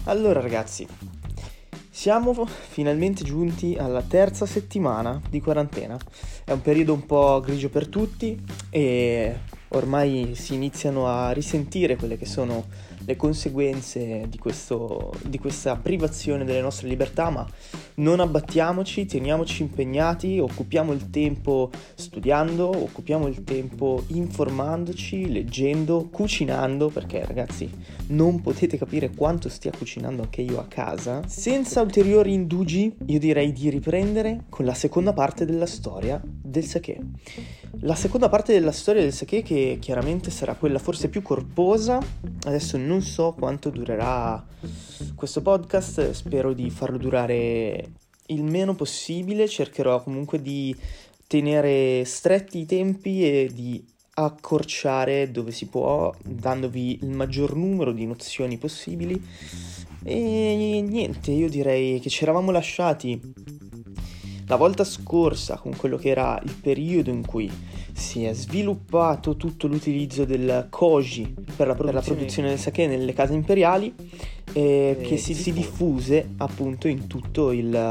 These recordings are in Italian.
Allora ragazzi, siamo finalmente giunti alla terza settimana di quarantena. È un periodo un po' grigio per tutti e ormai si iniziano a risentire quelle che sono le conseguenze di questa privazione delle nostre libertà, ma non abbattiamoci, teniamoci impegnati, occupiamo il tempo studiando, occupiamo il tempo informandoci, leggendo, cucinando, perché ragazzi non potete capire quanto stia cucinando anche io a casa. Senza ulteriori indugi, io direi di riprendere con la seconda parte della storia del sake. La seconda parte della storia del sake, che chiaramente sarà quella forse più corposa. Adesso non so quanto durerà questo podcast, spero di farlo durare il meno possibile, cercherò comunque di tenere stretti i tempi e di accorciare dove si può, dandovi il maggior numero di nozioni possibili. E niente, io direi che ci eravamo lasciati la volta scorsa con quello che era il periodo in cui si è sviluppato tutto l'utilizzo del koji per la produzione del sake nelle case imperiali, che si diffuse appunto in tutto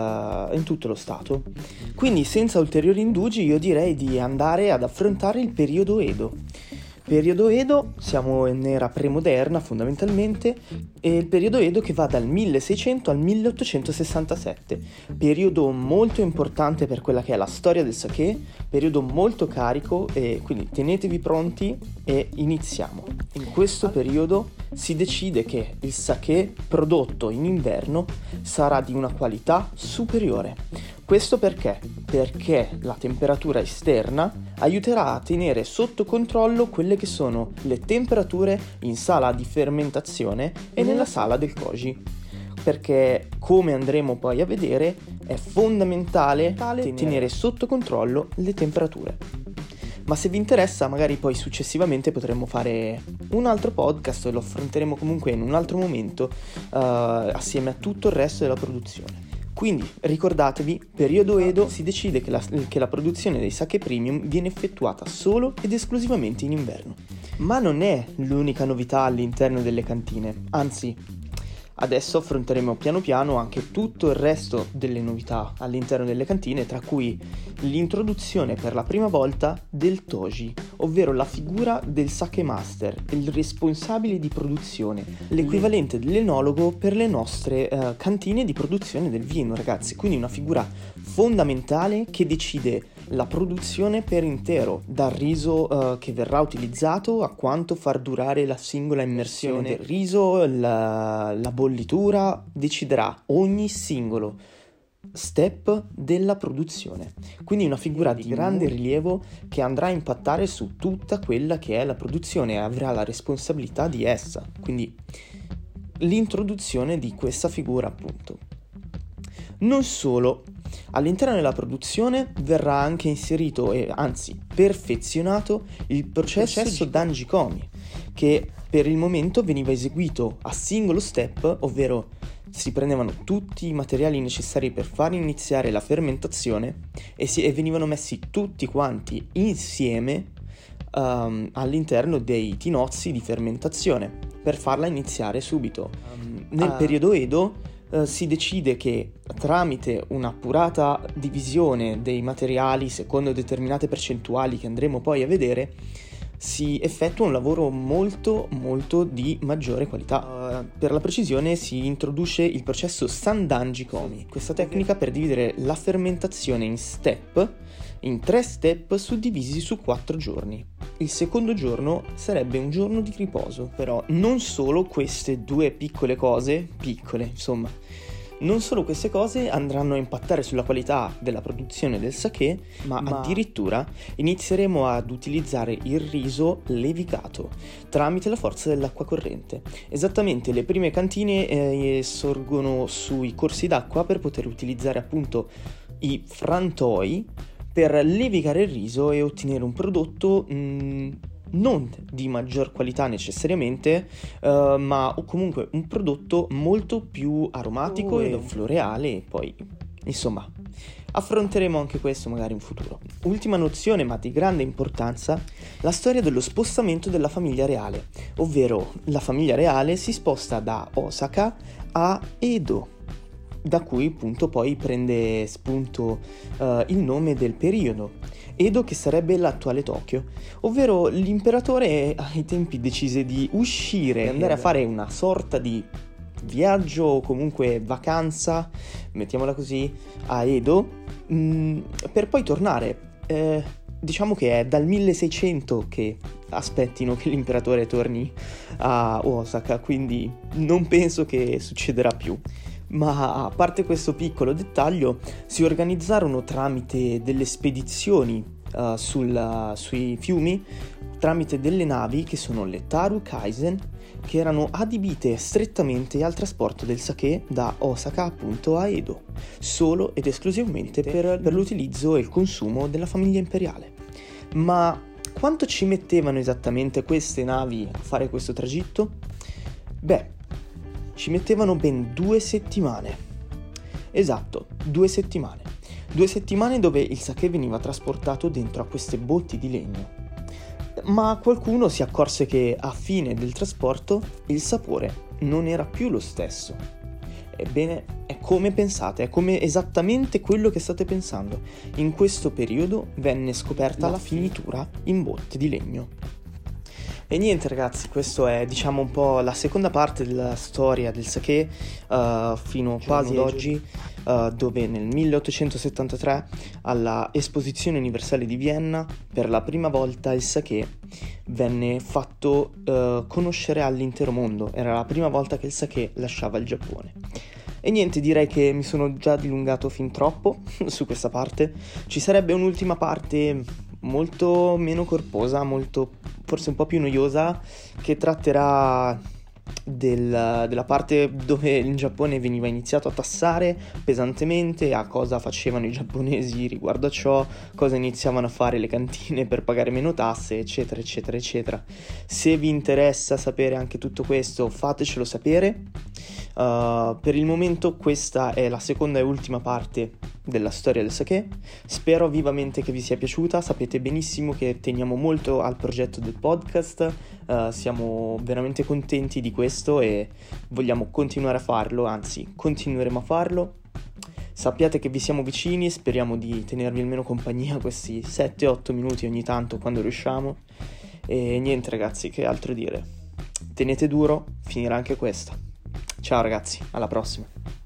lo stato. Quindi senza ulteriori indugi io direi di andare ad affrontare il periodo Edo. Periodo Edo, siamo in era premoderna fondamentalmente, e il periodo Edo che va dal 1600 al 1867, periodo molto importante per quella che è la storia del sake, periodo molto carico, e quindi tenetevi pronti e iniziamo. In questo periodo si decide che il sake prodotto in inverno sarà di una qualità superiore. Questo perché? Perché la temperatura esterna aiuterà a tenere sotto controllo quelle che sono le temperature in sala di fermentazione e nella sala del koji. Perché, come andremo poi a vedere, è fondamentale tenere sotto controllo le temperature. Ma se vi interessa, magari poi successivamente potremmo fare un altro podcast e lo affronteremo comunque in un altro momento, assieme a tutto il resto della produzione. Quindi ricordatevi, periodo Edo si decide che la produzione dei sake premium viene effettuata solo ed esclusivamente in inverno. Ma non è l'unica novità all'interno delle cantine, anzi adesso affronteremo piano piano anche tutto il resto delle novità all'interno delle cantine, tra cui l'introduzione per la prima volta del toji, ovvero la figura del sake master, il responsabile di produzione, l'equivalente dell'enologo per le nostre cantine di produzione del vino, ragazzi. Quindi una figura fondamentale che decide la produzione per intero, dal riso che verrà utilizzato a quanto far durare la singola immersione del riso, la bollitura, deciderà ogni singolo step della produzione. Quindi una figura di grande rilievo che andrà a impattare su tutta quella che è la produzione e avrà la responsabilità di essa. Quindi l'introduzione di questa figura, appunto. Non solo, all'interno della produzione verrà anche inserito e anzi perfezionato il processo Danjikomi, che per il momento veniva eseguito a singolo step, ovvero si prendevano tutti i materiali necessari per far iniziare la fermentazione e venivano messi tutti quanti insieme all'interno dei tinozzi di fermentazione per farla iniziare subito. Nel periodo Edo si decide che tramite un'accurata divisione dei materiali secondo determinate percentuali che andremo poi a vedere, si effettua un lavoro molto di maggiore qualità. Per la precisione si introduce il processo Sandanjikomi, questa tecnica per dividere la fermentazione in 3 step suddivisi su 4 giorni. Il secondo giorno sarebbe un giorno di riposo, però non solo queste due piccole cose, non solo queste cose andranno a impattare sulla qualità della produzione del sake, ma addirittura inizieremo ad utilizzare il riso levigato tramite la forza dell'acqua corrente. Esattamente, le prime cantine sorgono sui corsi d'acqua per poter utilizzare appunto i frantoi per levigare il riso e ottenere un prodotto non di maggior qualità necessariamente, ma comunque un prodotto molto più aromatico e floreale, e poi insomma affronteremo anche questo magari in futuro. Ultima nozione, ma di grande importanza, la storia dello spostamento della famiglia reale, ovvero la famiglia reale si sposta da Osaka a Edo, da cui appunto poi prende spunto il nome del periodo. Edo, che sarebbe l'attuale Tokyo, ovvero l'imperatore ai tempi decise di uscire e andare a fare una sorta di viaggio o comunque vacanza, mettiamola così, a Edo, per poi tornare. Diciamo che è dal 1600 che aspettino che l'imperatore torni a Osaka, quindi non penso che succederà più. Ma a parte questo piccolo dettaglio, si organizzarono tramite delle spedizioni sui fiumi, tramite delle navi che sono le Taru Kaisen, che erano adibite strettamente al trasporto del sake da Osaka appunto a Edo, solo ed esclusivamente per l'utilizzo e il consumo della famiglia imperiale. Ma quanto ci mettevano esattamente queste navi a fare questo tragitto? Beh, ci mettevano ben 2 settimane. Esatto, 2 settimane. 2 settimane dove il sake veniva trasportato dentro a queste botti di legno. Ma qualcuno si accorse che a fine del trasporto il sapore non era più lo stesso. Ebbene, è come pensate, è come esattamente quello che state pensando. In questo periodo venne scoperta la finitura in botti di legno. E niente ragazzi, questo è diciamo un po' la seconda parte della storia del sake fino quasi ad oggi, dove nel 1873 alla Esposizione Universale di Vienna per la prima volta il sake venne fatto conoscere all'intero mondo. Era la prima volta che il sake lasciava il Giappone. E niente, direi che mi sono già dilungato fin troppo su questa parte. Ci sarebbe un'ultima parte molto meno corposa, forse un po' più noiosa, che tratterà della parte dove il Giappone veniva iniziato a tassare pesantemente, a cosa facevano i giapponesi riguardo a ciò, cosa iniziavano a fare le cantine per pagare meno tasse, eccetera eccetera eccetera. Se vi interessa sapere anche tutto questo, fatecelo sapere. Per il momento questa è la seconda e ultima parte della storia del sake. Spero vivamente che vi sia piaciuta. Sapete benissimo che teniamo molto al progetto del podcast, siamo veramente contenti di questo e vogliamo continuare a farlo, anzi continueremo a farlo. Sappiate che vi siamo vicini e speriamo di tenervi almeno compagnia questi 7-8 minuti ogni tanto quando riusciamo. E niente ragazzi, che altro dire, tenete duro, finirà anche questa. Ciao ragazzi, alla prossima.